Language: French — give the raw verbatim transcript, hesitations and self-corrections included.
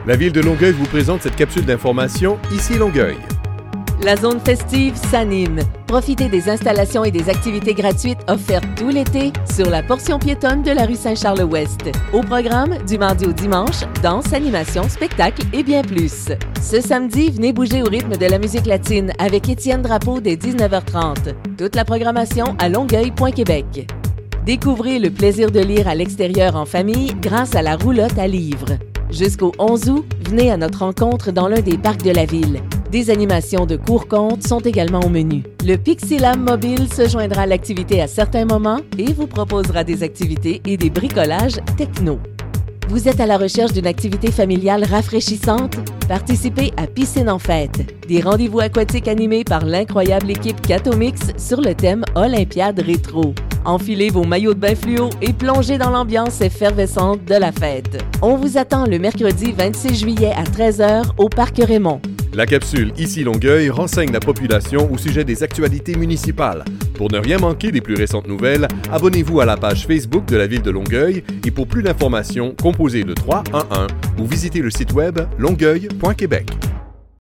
La ville de Longueuil vous présente cette capsule d'information Ici Longueuil. La zone festive s'anime. Profitez des installations et des activités gratuites offertes tout l'été sur la portion piétonne de la rue Saint-Charles-Ouest. Au programme, du mardi au dimanche, danse, animation, spectacle et bien plus. Ce samedi, venez bouger au rythme de la musique latine avec Étienne Drapeau dès dix-neuf heures trente. Toute la programmation à longueuil point québec. Découvrez le plaisir de lire à l'extérieur en famille grâce à la roulotte à livres. Jusqu'au onze août, venez à notre rencontre dans l'un des parcs de la ville. Des animations de cours-contes sont également au menu. Le Pixie-Lab mobile se joindra à l'activité à certains moments et vous proposera des activités et des bricolages techno. Vous êtes à la recherche d'une activité familiale rafraîchissante? Participez à Piscine en fête, des rendez-vous aquatiques animés par l'incroyable équipe Catomix sur le thème Olympiade rétro. Enfilez vos maillots de bain fluo et plongez dans l'ambiance effervescente de la fête. On vous attend le mercredi vingt-six juillet à treize heures au Parc Raymond. La capsule Ici Longueuil renseigne la population au sujet des actualités municipales. Pour ne rien manquer des plus récentes nouvelles, abonnez-vous à la page Facebook de la ville de Longueuil et pour plus d'informations, composez le trois un un ou visitez le site web longueuil point québec.